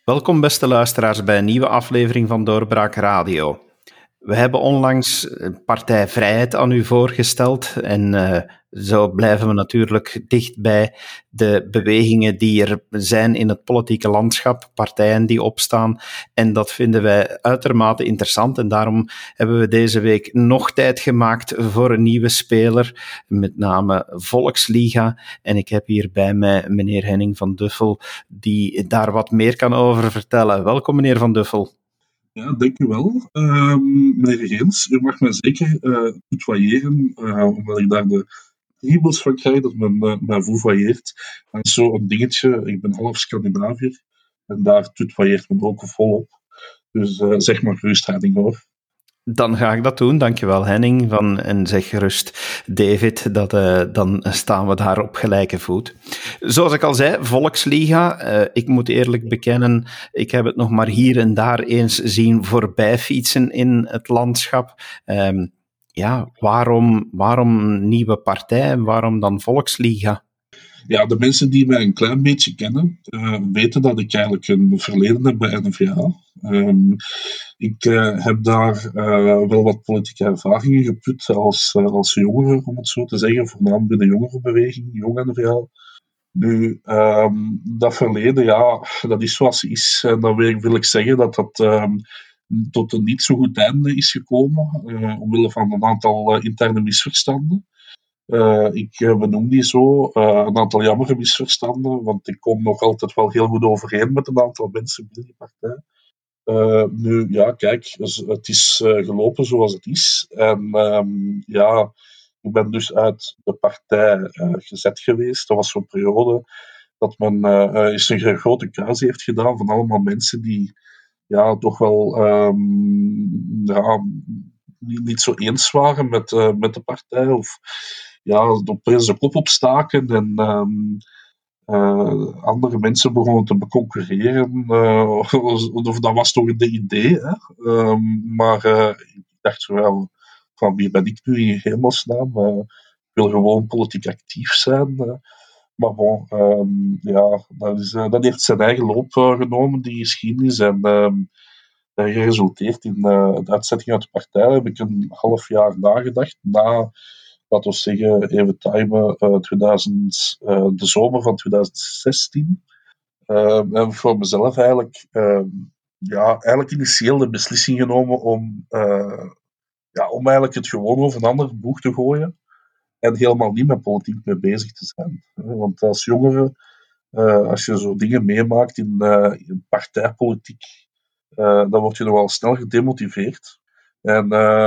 Welkom beste luisteraars bij een nieuwe aflevering van Doorbraak Radio. We hebben onlangs Partij Vrijheid aan u voorgesteld en zo blijven we natuurlijk dicht bij de bewegingen die er zijn in het politieke landschap, partijen die opstaan. En dat vinden wij uitermate interessant en daarom hebben we deze week nog tijd gemaakt voor een nieuwe speler, met name Volksliga. En ik heb hier bij mij meneer Henning van Duffel, die daar wat meer kan over vertellen. Welkom meneer van Duffel. Ja, dank u wel. Meneer Geens, u mag mij zeker tutoyeren, omdat ik daar de kriebels van krijg dat men mij vouvoyeert. Dat is zo'n dingetje, ik ben half Scandinaviër en daar tutoyeert men ook volop. Dus zeg maar gerust, Henning, hoor. Dan ga ik dat doen, dankjewel Henning. En zeg gerust David, dan staan we daar op gelijke voet. Zoals ik al zei, Volksliga. Ik moet eerlijk bekennen, ik heb het nog maar hier en daar eens zien voorbij fietsen in het landschap. Waarom nieuwe partij en waarom dan Volksliga? Ja, de mensen die mij een klein beetje kennen, weten dat ik eigenlijk een verleden heb bij NVA. Ik heb daar wel wat politieke ervaringen geput als jongere, om het zo te zeggen, voornamelijk bij de jongerenbeweging, Jong NVA. Nu, dat verleden, ja, dat is zoals het is. En dan wil ik zeggen dat dat tot een niet zo goed einde is gekomen, omwille van een aantal interne misverstanden. Ik benoem die zo, een aantal jammere misverstanden, want ik kom nog altijd wel heel goed overeen met een aantal mensen binnen die partij. Nu, ja, kijk, het is gelopen zoals het is. En ja, ik ben dus uit de partij gezet geweest. Dat was zo'n periode dat men eens een grote keuze heeft gedaan van allemaal mensen die ja, toch wel ja, niet zo eens waren met de partij. Of ja, opeens de kop opstaken en andere mensen begonnen te beconcurreren. Of dat was toch het idee. Hè? Maar ik dacht zo, ja, van wie ben ik nu in hemelsnaam? Ik wil gewoon politiek actief zijn. Maar bon, ja, dat heeft zijn eigen loop genomen, die geschiedenis. En geresulteerd in de uitzetting uit de partij. Daar heb ik een half jaar nagedacht. Laten we zeggen, even timen, de zomer van 2016. En voor mezelf eigenlijk, eigenlijk initieel de beslissing genomen om eigenlijk het gewoon over een ander boeg te gooien en helemaal niet met politiek mee bezig te zijn. Want als jongere, als je zo dingen meemaakt in partijpolitiek, dan word je nogal snel gedemotiveerd. En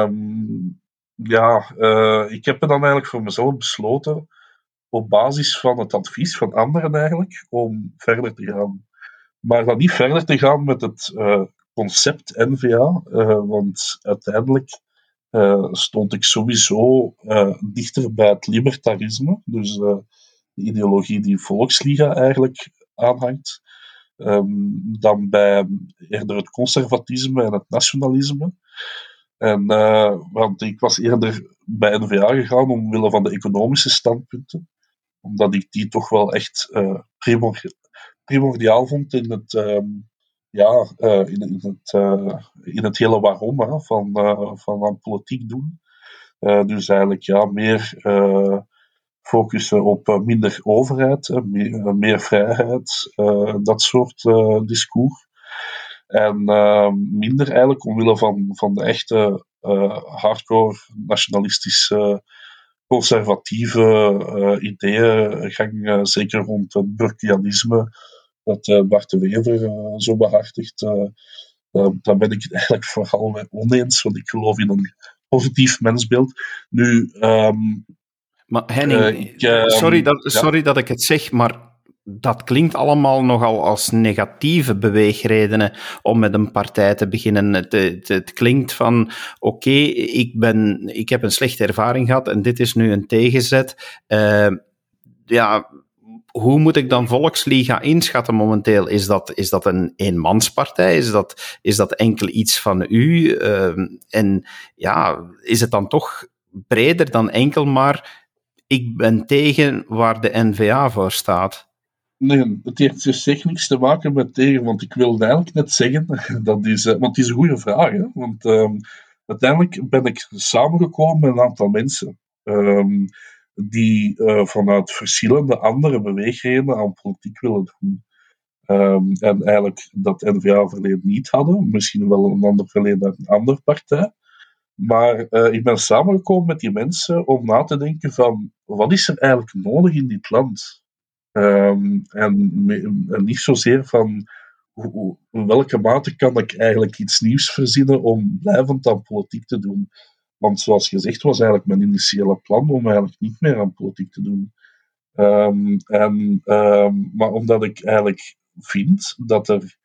ik heb me dan eigenlijk voor mezelf besloten, op basis van het advies van anderen eigenlijk, om verder te gaan. Maar dan niet verder te gaan met het concept NVA, want uiteindelijk stond ik sowieso dichter bij het libertarisme, dus de ideologie die Volksliga eigenlijk aanhangt, dan bij eerder het conservatisme en het nationalisme. En, want ik was eerder bij NVA gegaan omwille van de economische standpunten, omdat ik die toch wel echt primordiaal vond in het, in het hele waarom van aan politiek doen. Dus eigenlijk ja, meer focussen op minder overheid, meer vrijheid, dat soort discours. En minder eigenlijk omwille van de echte hardcore nationalistische conservatieve ideeëngang, zeker rond het burkianisme, dat Bart de Wever zo behartigt. Daar ben ik het eigenlijk vooral mee oneens, want ik geloof in een positief mensbeeld. Nu, maar Henning, sorry dat ik het zeg, maar dat klinkt allemaal nogal als negatieve beweegredenen om met een partij te beginnen. Het klinkt van, oké, ik heb een slechte ervaring gehad en dit is nu een tegenzet. Hoe moet ik dan Volksliga inschatten momenteel? Is dat een eenmanspartij? Is dat enkel iets van u? En ja, is het dan toch breder dan enkel maar ik ben tegen waar de NVA voor staat? Nee, het heeft dus zeker niks te maken met tegen, want ik wilde eigenlijk net zeggen, dat is, want het is een goede vraag, hè? Want uiteindelijk ben ik samengekomen met een aantal mensen ehm, die vanuit verschillende andere beweegredenen aan politiek willen doen. En eigenlijk dat N-VA-verleden niet hadden, misschien wel een ander verleden uit een andere partij. Maar ik ben samengekomen met die mensen om na te denken van, wat is er eigenlijk nodig in dit land? En niet zozeer van in welke mate kan ik eigenlijk iets nieuws verzinnen om blijvend aan politiek te doen. Want zoals gezegd was eigenlijk mijn initiële plan om eigenlijk niet meer aan politiek te doen. Maar omdat ik eigenlijk vind dat er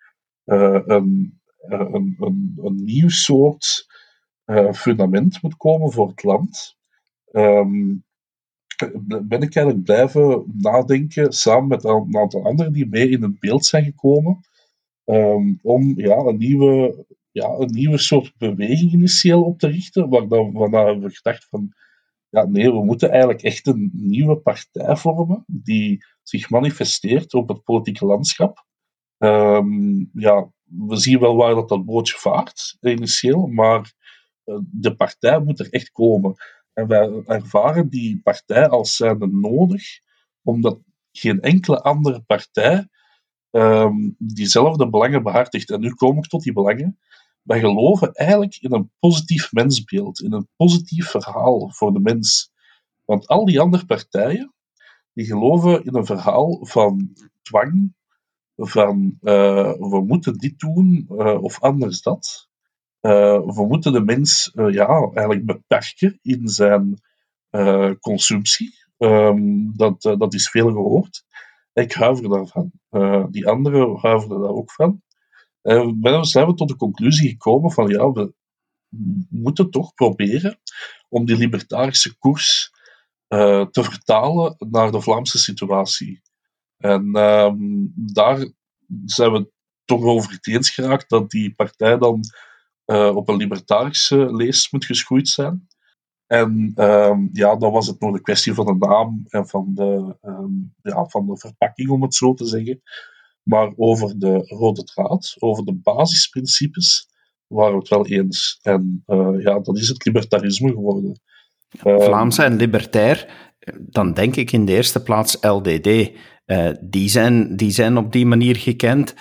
een nieuw soort fundament moet komen voor het land, ehm, ben ik eigenlijk blijven nadenken, samen met een aantal anderen die mee in het beeld zijn gekomen, om een nieuwe soort beweging initieel op te richten, waarna hebben we gedacht van, ja, nee, we moeten eigenlijk echt een nieuwe partij vormen die zich manifesteert op het politieke landschap. Ja, we zien wel waar dat bootje vaart, initieel, maar de partij moet er echt komen. En wij ervaren die partij als zijnde nodig, omdat geen enkele andere partij diezelfde belangen behartigt. En nu kom ik tot die belangen. Wij geloven eigenlijk in een positief mensbeeld, in een positief verhaal voor de mens. Want al die andere partijen, die geloven in een verhaal van dwang, van we moeten dit doen of anders dat. We moeten de mens eigenlijk beperken in zijn consumptie. Dat is veel gehoord. Ik huiver daarvan. Die anderen huiveren daar ook van. Zijn we tot de conclusie gekomen van ja, we moeten toch proberen om die libertarische koers te vertalen naar de Vlaamse situatie. En daar zijn we toch over het eens geraakt dat die partij dan op een libertarische leest moet geschoeid zijn. En dan was het nog een kwestie van de naam en van de verpakking, om het zo te zeggen. Maar over de rode draad, over de basisprincipes, waren we het wel eens. En dat is het libertarisme geworden. Vlaams en libertair, dan denk ik in de eerste plaats LDD. Die zijn op die manier gekend.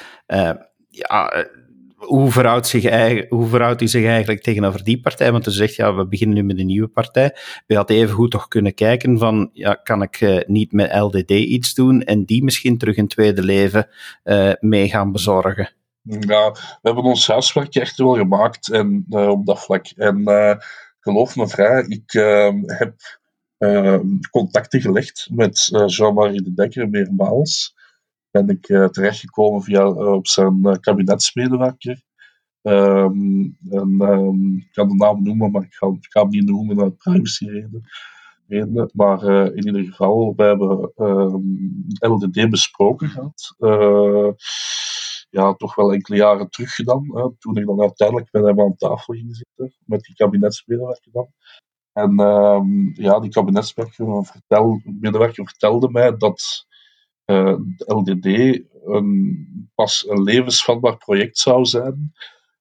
Hoe verhoudt u zich eigenlijk tegenover die partij? Want u zegt, ja, we beginnen nu met een nieuwe partij. U had even goed toch kunnen kijken van, ja, kan ik niet met LDD iets doen en die misschien terug een tweede leven mee gaan bezorgen? Ja, we hebben ons huiswerk echt wel gemaakt en, op dat vlak. En geloof me vrij, ik heb contacten gelegd met Jean-Marie de Dekker meermaals. Ben ik terechtgekomen op zijn kabinetsmedewerker. Ik kan de naam noemen, maar ik ga hem niet noemen uit privacyredenen. Maar in ieder geval, we hebben LDD besproken gehad. Toch wel enkele jaren terug gedaan. Toen ik dan uiteindelijk met hem aan tafel ging zitten, met die kabinetsmedewerker dan. En die kabinetsmedewerker vertelde mij dat de LDD pas een levensvatbaar project zou zijn.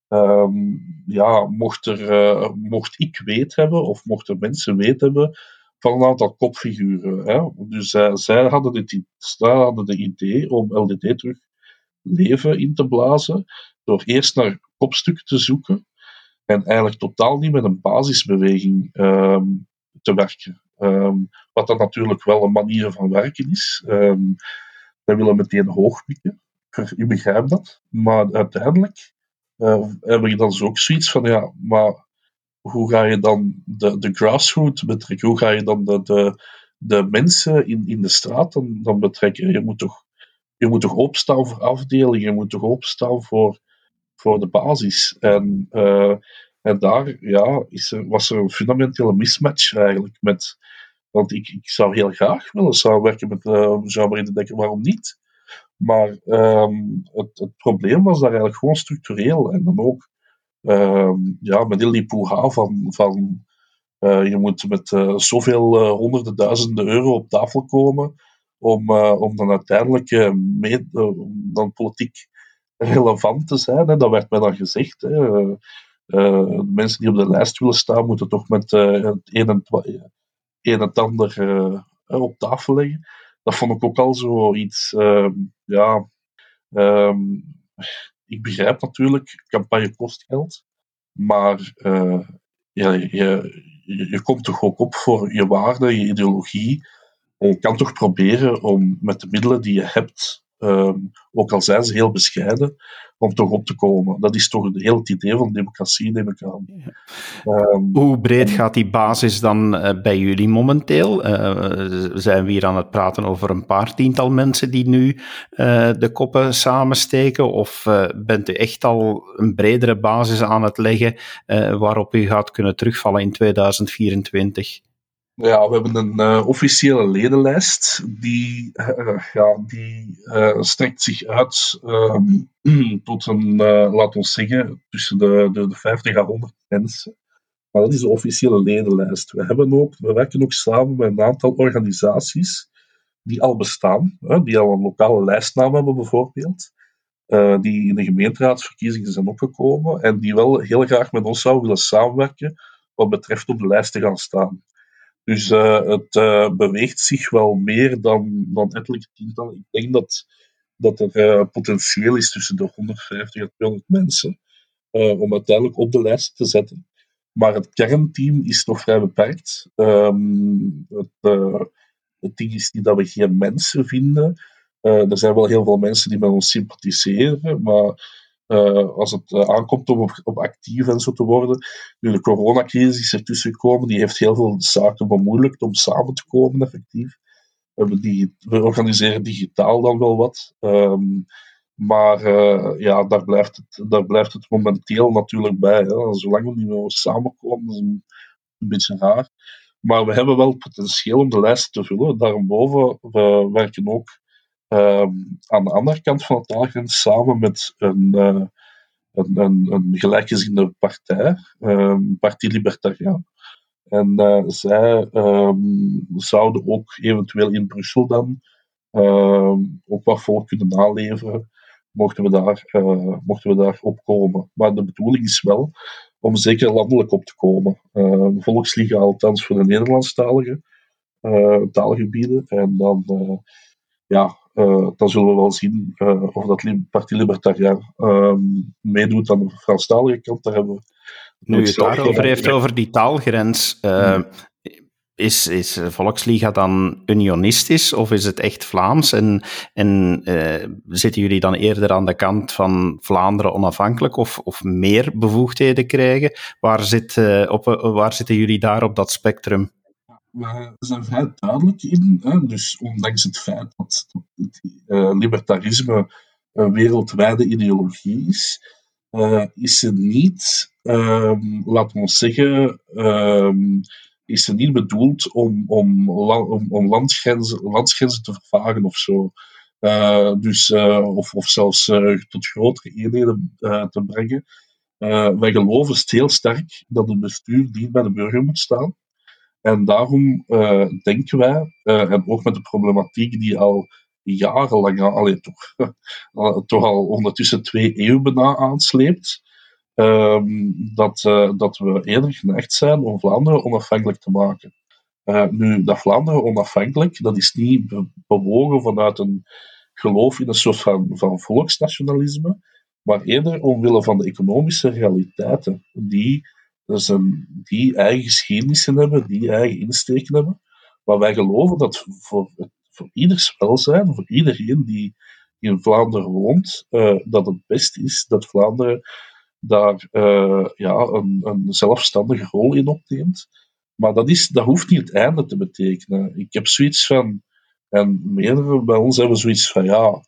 Mocht ik weet hebben, of mochten mensen weet hebben, van een aantal kopfiguren. Hè? Dus zij hadden de idee om LDD terug leven in te blazen, door eerst naar kopstukken te zoeken en eigenlijk totaal niet met een basisbeweging te werken. Wat dan natuurlijk wel een manier van werken is. Wij willen meteen hoog pikken. Ik begrijp dat. Maar uiteindelijk heb ik dan ook zoiets van, ja, maar hoe ga je dan de grassroots betrekken? Hoe ga je dan de mensen in de straat dan betrekken? Je moet toch opstaan voor afdelingen, je moet toch opstaan voor de basis. En daar was er een fundamentele mismatch eigenlijk want ik zou heel graag willen samenwerken met Jean-Marie de Dekker, waarom niet? Maar het probleem was daar eigenlijk gewoon structureel. En dan ook met heel die poeha van je moet met zoveel honderden duizenden euro op tafel komen om dan uiteindelijk om dan politiek relevant te zijn. Hè. Dat werd mij dan gezegd. Hè. De mensen die op de lijst willen staan, moeten toch met het een en het ander op tafel leggen. Dat vond ik ook al zoiets. Ja, ehm, ik begrijp natuurlijk, campagne kost geld. Maar je komt toch ook op voor je waarden, je ideologie. En je kan toch proberen om met de middelen die je hebt, ook al zijn ze heel bescheiden, om toch op te komen. Dat is toch het hele idee van democratie, neem ik aan. Hoe breed gaat die basis dan bij jullie momenteel? Zijn we hier aan het praten over een paar tiental mensen die nu de koppen samensteken? Of bent u echt al een bredere basis aan het leggen waarop u gaat kunnen terugvallen in 2024? Ja, we hebben een officiële ledenlijst die strekt zich uit tot laten we zeggen, tussen de 50 à 100 mensen. Maar dat is de officiële ledenlijst. We werken ook samen met een aantal organisaties die al bestaan, die al een lokale lijstnaam hebben bijvoorbeeld, die in de gemeenteraadsverkiezingen zijn opgekomen en die wel heel graag met ons zouden willen samenwerken wat betreft op de lijst te gaan staan. Dus het beweegt zich wel meer dan ettelijke tientallen. Ik denk dat er potentieel is tussen de 150 en 200 mensen om uiteindelijk op de lijst te zetten. Maar het kernteam is nog vrij beperkt. Het ding is niet dat we geen mensen vinden. Er zijn wel heel veel mensen die met ons sympathiseren, maar als het aankomt om op actief en zo te worden, nu de coronacrisis is ertussen gekomen, die heeft heel veel zaken bemoeilijkt om samen te komen, effectief. We organiseren digitaal dan wel wat. Maar ja, daar blijft het momenteel natuurlijk bij. Hè. Zolang we niet meer samenkomen, is het een beetje raar. Maar we hebben wel potentieel om de lijst te vullen. Daarboven, we werken ook aan de andere kant van het taalgrens samen met een gelijkgezinde partij, Parti Libertariaan. En zij zouden ook eventueel in Brussel dan ook wat volk kunnen naleveren, mochten we daar opkomen. Maar de bedoeling is wel om zeker landelijk op te komen. Volksliga althans voor de Nederlandstalige taalgebieden. En dan, dan zullen we wel zien of dat Parti Libertariaan meedoet aan de Franstalige kant. Daar hebben we Nu het daarover heeft, over die taalgrens, is Volksliga dan unionistisch of is het echt Vlaams? En zitten jullie dan eerder aan de kant van Vlaanderen onafhankelijk of meer bevoegdheden krijgen? Waar zitten jullie daar op dat spectrum? We zijn vrij duidelijk in. Hè? Dus ondanks het feit dat het libertarisme een wereldwijde ideologie is ze niet, laten we zeggen, is ze niet bedoeld om landsgrenzen te vervagen of zo. Of zelfs tot grotere eenheden te brengen. Wij geloven heel sterk dat het bestuur dicht bij de burger moet staan. En daarom denken wij, en ook met de problematiek die al jarenlang, toch al ondertussen 2 eeuwen bijna aansleept, dat we eerder geneigd zijn om Vlaanderen onafhankelijk te maken. Nu, dat Vlaanderen onafhankelijk, dat is niet bewogen vanuit een geloof in een soort van volksnationalisme, maar eerder omwille van de economische realiteiten die eigen geschiedenissen hebben, die eigen insteken hebben. Maar wij geloven dat voor ieders welzijn, voor iedereen die in Vlaanderen woont, dat het best is dat Vlaanderen daar een zelfstandige rol in opneemt. Maar dat hoeft niet het einde te betekenen. Ik heb zoiets van, en meerdere bij ons hebben zoiets van, ja,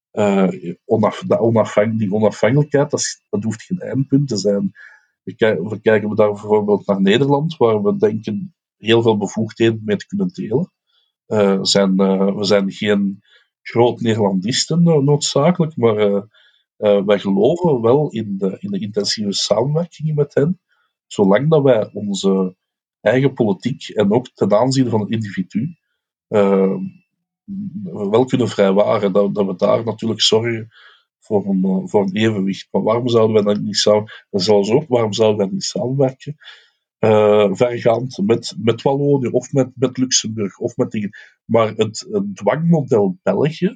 die onafhankelijkheid, dat hoeft geen eindpunt te zijn. Kijken we daar bijvoorbeeld naar Nederland, waar we denken heel veel bevoegdheden mee te kunnen delen. We zijn geen groot Nederlandisten noodzakelijk, maar wij geloven wel in de intensieve samenwerking met hen, zolang dat wij onze eigen politiek en ook ten aanzien van het individu wel kunnen vrijwaren. Dat we daar natuurlijk zorgen voor een evenwicht. Maar waarom zouden wij dat niet samen... En zelfs ook, waarom zouden wij niet samenwerken? Vergaand met Wallonië of met Luxemburg of met dingen. Maar het dwangmodel België,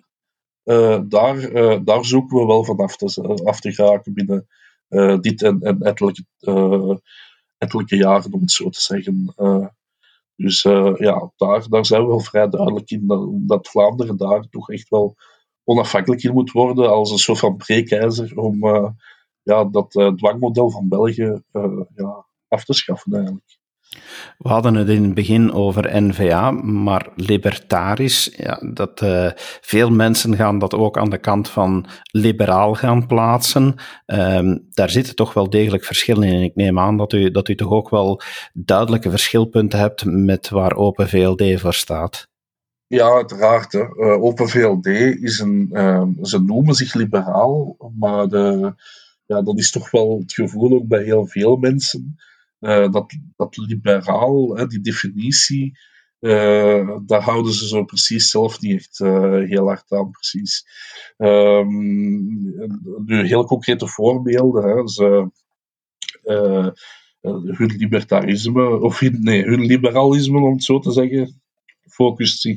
daar zoeken we wel van af te geraken binnen dit en ettelijke jaren, om het zo te zeggen. Dus ja, daar zijn we wel vrij duidelijk in dat Vlaanderen daar toch echt wel onafhankelijk in moet worden als een soort van breekijzer om dat dwangmodel van België af te schaffen eigenlijk. We hadden het in het begin over N-VA, maar libertarisch, veel mensen gaan dat ook aan de kant van liberaal gaan plaatsen. Daar zitten toch wel degelijk verschillen in. Ik neem aan dat u toch ook wel duidelijke verschilpunten hebt met waar Open VLD voor staat. Ja, uiteraard. Hè. Open VLD is ze noemen zich liberaal, maar dat is toch wel het gevoel ook bij heel veel mensen. Dat liberaal, die definitie, daar houden ze zo precies zelf niet echt heel hard aan, precies. Nu, heel concrete voorbeelden. Hè, hun libertarisme, hun liberalisme, om het zo te zeggen, focust zich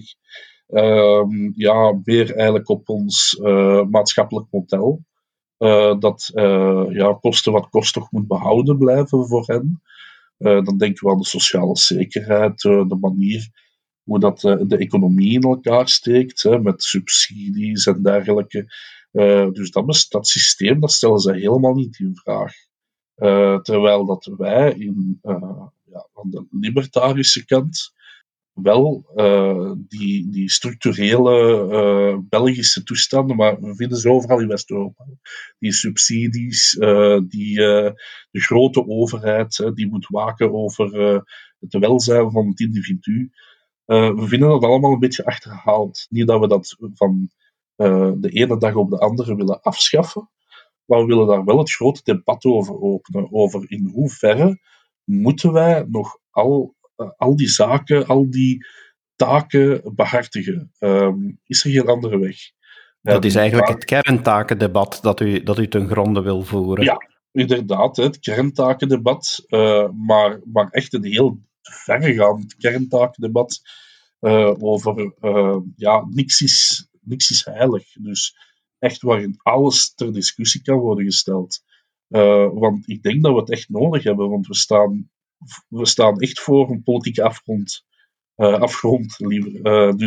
meer eigenlijk op ons maatschappelijk model. Dat kosten wat kost toch moet behouden blijven voor hen. Dan denken we aan de sociale zekerheid, de manier hoe dat de economie in elkaar steekt, met subsidies en dergelijke. Dus dat systeem, dat stellen ze helemaal niet in vraag. Terwijl dat wij aan de libertarische kant wel die structurele Belgische toestanden, maar we vinden ze overal in West-Europa. Die subsidies, de grote overheid, die moet waken over het welzijn van het individu. We vinden dat allemaal een beetje achterhaald. Niet dat we dat van de ene dag op de andere willen afschaffen, maar we willen daar wel het grote debat over openen, over in hoeverre moeten wij nog al die zaken, al die taken behartigen. Is er geen andere weg? Dat is eigenlijk het kerntakendebat dat u ten gronde wil voeren. Ja, inderdaad, het kerntakendebat, maar echt een heel verregaand kerntakendebat over niks is heilig. Dus echt waarin alles ter discussie kan worden gesteld. Want ik denk dat we het echt nodig hebben, want we staan echt voor een politieke afgrond liever.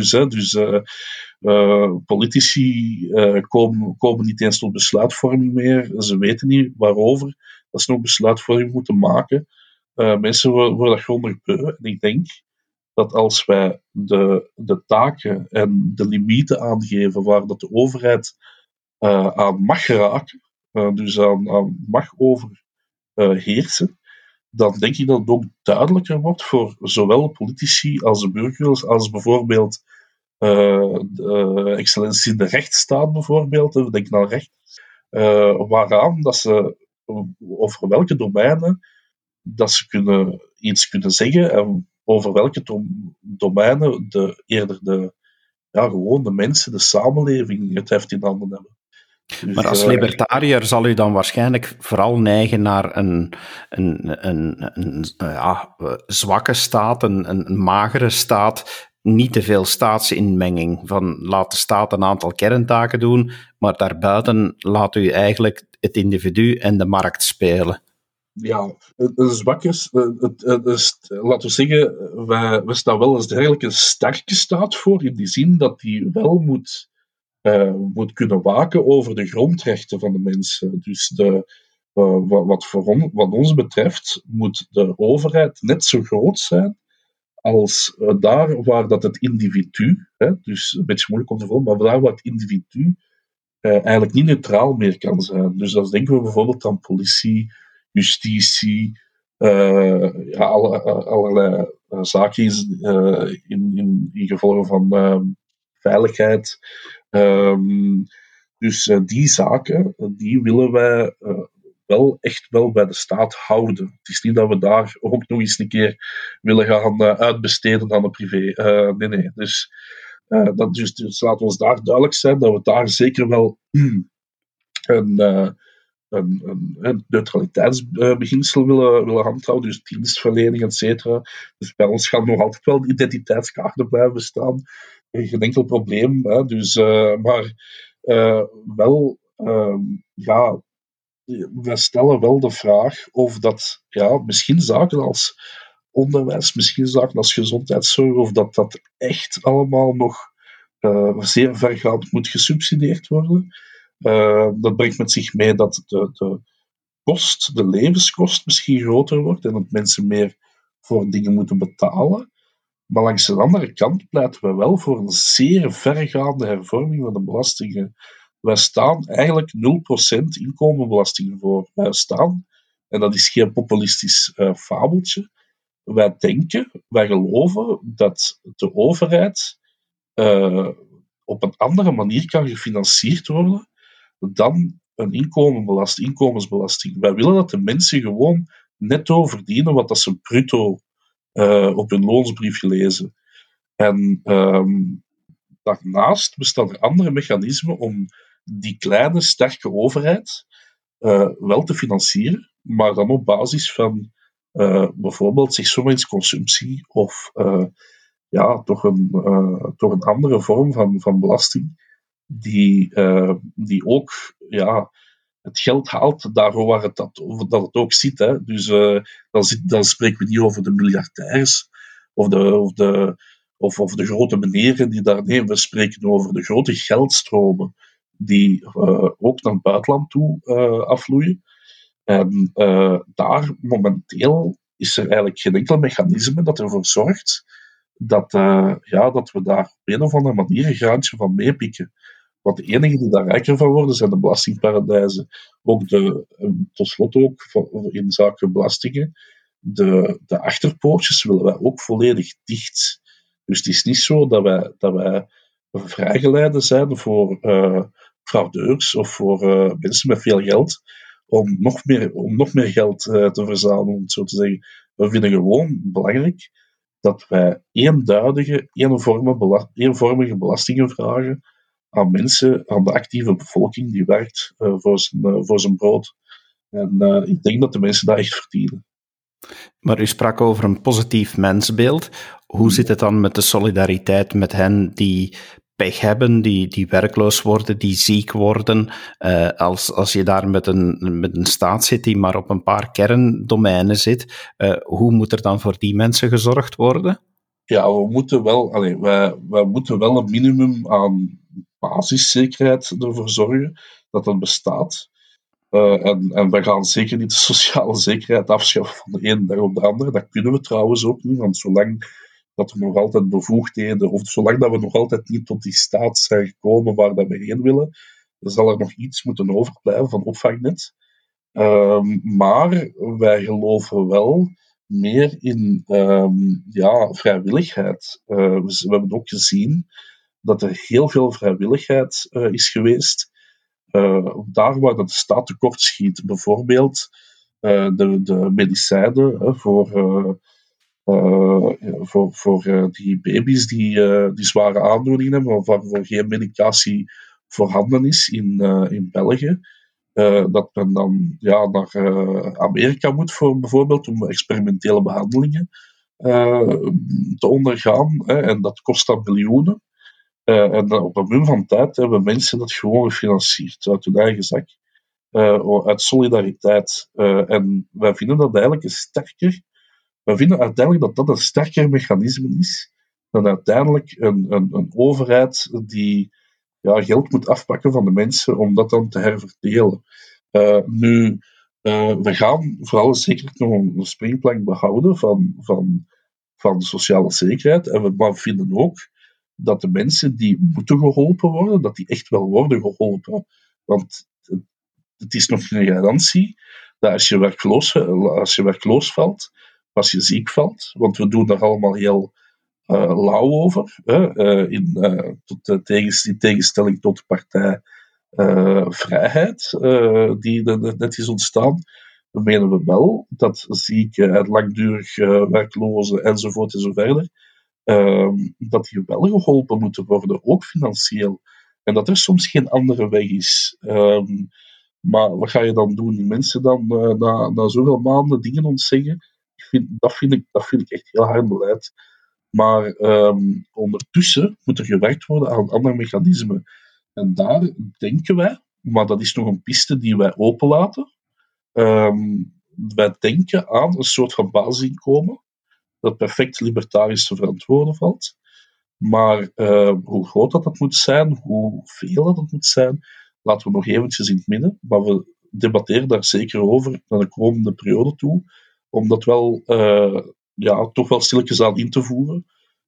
Politici komen niet eens tot besluitvorming meer. Ze weten niet waarover dat ze nog besluitvorming moeten maken. Mensen worden dat grondig beu. En ik denk dat als wij de taken en de limieten aangeven waar dat de overheid aan mag geraken, dus aan mag overheersen, dan denk ik dat het ook duidelijker wordt voor zowel politici als de burgers, als bijvoorbeeld de excellentie in de rechtsstaat bijvoorbeeld, denk naar recht, waaraan dat ze over welke domeinen dat ze iets kunnen zeggen en over welke domeinen gewoon de mensen, de samenleving het heft in handen hebben. Dus, maar als libertariër zal u dan waarschijnlijk vooral neigen naar een zwakke staat, een magere staat, niet te veel staatsinmenging. Van laat de staat een aantal kerntaken doen, maar daarbuiten laat u eigenlijk het individu en de markt spelen. Ja, een zwakke, laten we zeggen, we staan wel als eigenlijk een sterke staat voor, in die zin dat die wel moet kunnen waken over de grondrechten van de mensen. Dus wat ons betreft moet de overheid net zo groot zijn als daar waar dat het individu, dus een beetje moeilijk om te volgen, maar daar waar het individu eigenlijk niet neutraal meer kan zijn. Dus dan denken we bijvoorbeeld aan politie, justitie, allerlei zaken in gevolgen van veiligheid. Dus die zaken, die willen wij echt wel bij de staat houden. Het is niet dat we daar ook nog eens een keer willen gaan uitbesteden aan de privé. Nee. Dus Dus laten we ons daar duidelijk zijn dat we daar zeker wel een neutraliteitsbeginsel willen handhouden, dus dienstverlening, et cetera. Dus bij ons gaan nog altijd wel de identiteitskaarten blijven bestaan. Geen enkel probleem. Hè. Dus, maar wel, ja, wij stellen wel de vraag of dat, ja, misschien zaken als onderwijs, misschien zaken als gezondheidszorg, of dat echt allemaal nog zeer vergaand moet gesubsidieerd worden. Dat brengt met zich mee dat de levenskost misschien groter wordt en dat mensen meer voor dingen moeten betalen. Maar langs de andere kant pleiten we wel voor een zeer vergaande hervorming van de belastingen. Wij staan eigenlijk 0% inkomenbelasting voor. Wij staan, en dat is geen populistisch fabeltje, wij geloven dat de overheid op een andere manier kan gefinancierd worden dan een inkomensbelasting. Wij willen dat de mensen gewoon netto verdienen wat dat ze bruto op hun loonsbrief lezen. En daarnaast bestaan er andere mechanismen om die kleine, sterke overheid wel te financieren, maar dan op basis van bijvoorbeeld zeg zomaar consumptie of toch een andere vorm van belasting die ook het geld haalt daar waar dat het ook zit. Hè. Dus dan spreken we niet over de miljardairs of de grote meneren die daar... Nee, we spreken over de grote geldstromen die ook naar het buitenland toe afvloeien. En daar momenteel is er eigenlijk geen enkel mechanisme dat ervoor zorgt dat we daar op een of andere manier een graantje van meepikken. Want de enigen die daar rijker van worden, zijn de belastingparadijzen. Ook tot slot ook in zaken belastingen. De achterpoortjes willen wij ook volledig dicht. Dus het is niet zo dat wij vrijgeleide zijn voor fraudeurs of voor mensen met veel geld om nog meer geld te verzamelen, om het zo te zeggen. We vinden gewoon belangrijk dat wij eenvormige belastingen vragen aan mensen, aan de actieve bevolking die werkt voor zijn brood. En ik denk dat de mensen dat echt verdienen. Maar u sprak over een positief mensbeeld. Hoe zit het dan met de solidariteit met hen die pech hebben, die werkloos worden, die ziek worden? Als je daar met een staat zit die maar op een paar kerndomeinen zit, hoe moet er dan voor die mensen gezorgd worden? Ja, wij moeten wel een minimum aan basiszekerheid ervoor zorgen dat dat bestaat. En we gaan zeker niet de sociale zekerheid afschaffen van de ene dag op de andere. Dat kunnen we trouwens ook niet, want zolang dat er nog altijd bevoegdheden, of zolang dat we nog altijd niet tot die staat zijn gekomen waar dat we heen willen, dan zal er nog iets moeten overblijven van opvangnet. Maar wij geloven wel meer in vrijwilligheid. We hebben ook gezien dat er heel veel vrijwilligheid is geweest. Daar waar de staat tekort schiet, bijvoorbeeld de medicijnen voor die baby's die zware aandoeningen hebben, waarvoor geen medicatie voorhanden is in België. Dat men dan naar Amerika moet bijvoorbeeld om experimentele behandelingen te ondergaan. En dat kost dan miljoenen. En dan op een muur van tijd hebben mensen dat gewoon gefinancierd uit hun eigen zak. Uit solidariteit. En wij vinden dat eigenlijk wij vinden uiteindelijk dat een sterker mechanisme is dan uiteindelijk een overheid die geld moet afpakken van de mensen om dat dan te herverdelen. We gaan voor alle zekerheid nog een springplank behouden van sociale zekerheid. En we vinden ook dat de mensen die moeten geholpen worden, dat die echt wel worden geholpen. Want het is nog geen garantie dat als je werkloos valt, als je ziek valt, want we doen daar allemaal heel lauw over, in tegenstelling tot de partij Vrijheid, die net is ontstaan, menen we wel dat zieken en langdurig werklozen enzovoort enzoverder dat die wel geholpen moeten worden, ook financieel. En dat er soms geen andere weg is. Maar wat ga je dan doen? Die mensen dan na zoveel maanden dingen ontzeggen? Dat vind ik echt heel hard beleid. Maar ondertussen moet er gewerkt worden aan een ander mechanisme. En daar denken wij, maar dat is nog een piste die wij openlaten. Wij denken aan een soort van basisinkomen dat perfect libertarisch te verantwoorden valt. Maar hoe groot dat moet zijn, hoeveel dat moet zijn, laten we nog eventjes in het midden. Maar we debatteren daar zeker over naar de komende periode toe, om dat wel toch wel stilletjes aan in te voeren.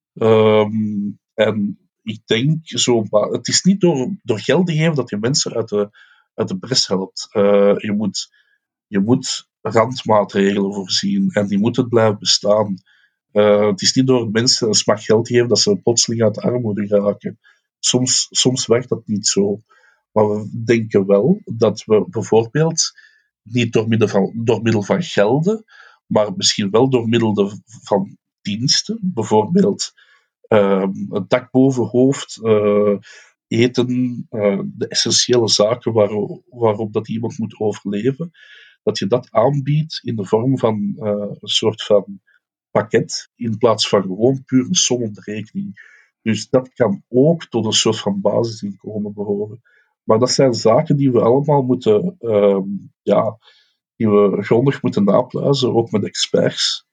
En ik denk, het is niet door geld te geven dat je mensen uit de bres helpt. Je moet randmaatregelen voorzien en die moeten blijven bestaan. Het is niet door mensen een smak geld te geven dat ze plotseling uit de armoede geraken. Soms werkt dat niet zo. Maar we denken wel dat we bijvoorbeeld niet door middel van gelden, maar misschien wel door middel van diensten, bijvoorbeeld een dak boven hoofd, eten, de essentiële zaken waarop dat iemand moet overleven, dat je dat aanbiedt in de vorm van een soort van pakket, in plaats van gewoon puur een som op de rekening. Dus dat kan ook tot een soort van basisinkomen behoren. Maar dat zijn zaken die we allemaal moeten, die we grondig moeten napluizen, ook met experts.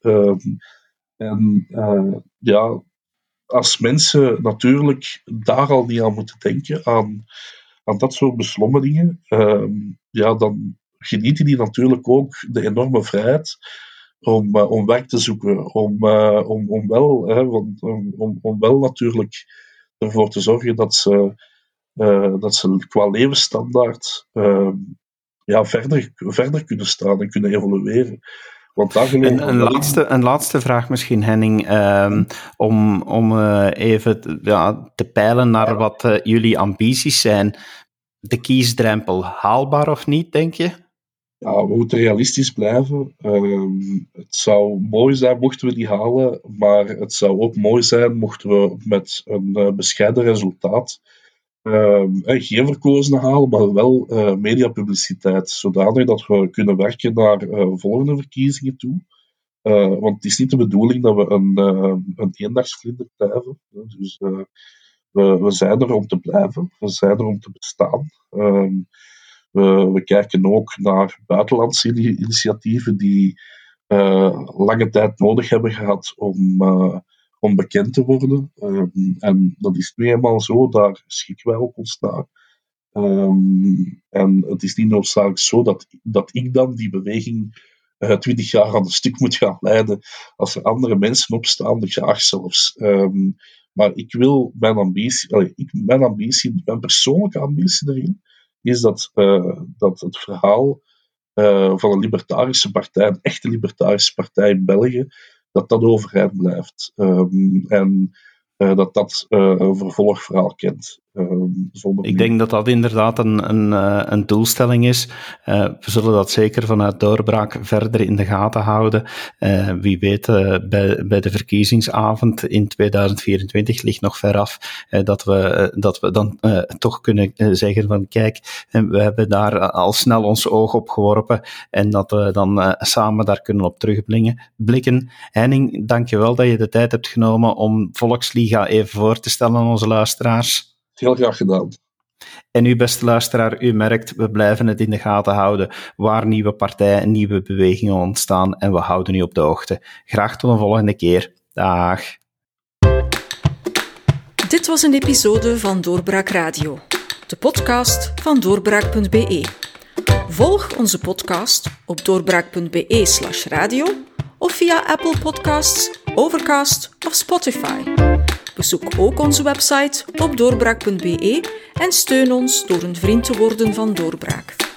Als mensen natuurlijk daar al niet aan moeten denken, aan dat soort beslommelingen, dan genieten die natuurlijk ook de enorme vrijheid om werk te zoeken, om wel natuurlijk ervoor te zorgen dat ze qua levensstandaard verder kunnen staan en kunnen evolueren. Want daar een laatste vraag misschien, Henning, om even te peilen naar wat jullie ambities zijn. De kiesdrempel, haalbaar of niet, denk je? Ja, we moeten realistisch blijven. Het zou mooi zijn mochten we die halen, maar het zou ook mooi zijn mochten we met een bescheiden resultaat geen verkozenen halen, maar wel mediapubliciteit, zodanig dat we kunnen werken naar volgende verkiezingen toe. Want het is niet de bedoeling dat we een eendagsvlinder blijven. Dus we zijn er om te blijven, we zijn er om te bestaan. We kijken ook naar buitenlandse initiatieven die lange tijd nodig hebben gehad om bekend te worden. En dat is nu eenmaal zo, daar schikken wij ook ons naar. En het is niet noodzakelijk zo dat ik dan die beweging 20 jaar aan een stuk moet gaan leiden. Als er andere mensen opstaan, graag zelfs. Maar ik wil mijn persoonlijke ambitie erin, is dat het verhaal van een libertarische partij, een echte libertarische partij in België, dat overeind blijft. En dat een vervolgverhaal kent. Ik denk dat dat inderdaad een doelstelling is. We zullen dat zeker vanuit Doorbraak verder in de gaten houden. Wie weet, bij de verkiezingsavond in 2024 ligt nog ver af, dat we dan toch kunnen zeggen van kijk, we hebben daar al snel ons oog op geworpen en dat we dan samen daar kunnen op terugblikken. Henning, dank je wel dat je de tijd hebt genomen om Volksliga even voor te stellen aan onze luisteraars. Heel graag gedaan. En u, beste luisteraar, u merkt, we blijven het in de gaten houden waar nieuwe partijen en nieuwe bewegingen ontstaan en we houden u op de hoogte. Graag tot een volgende keer. Dag. Dit was een episode van Doorbraak Radio, de podcast van doorbraak.be. Volg onze podcast op doorbraak.be/radio of via Apple Podcasts, Overcast of Spotify. Bezoek ook onze website op doorbraak.be en steun ons door een vriend te worden van Doorbraak.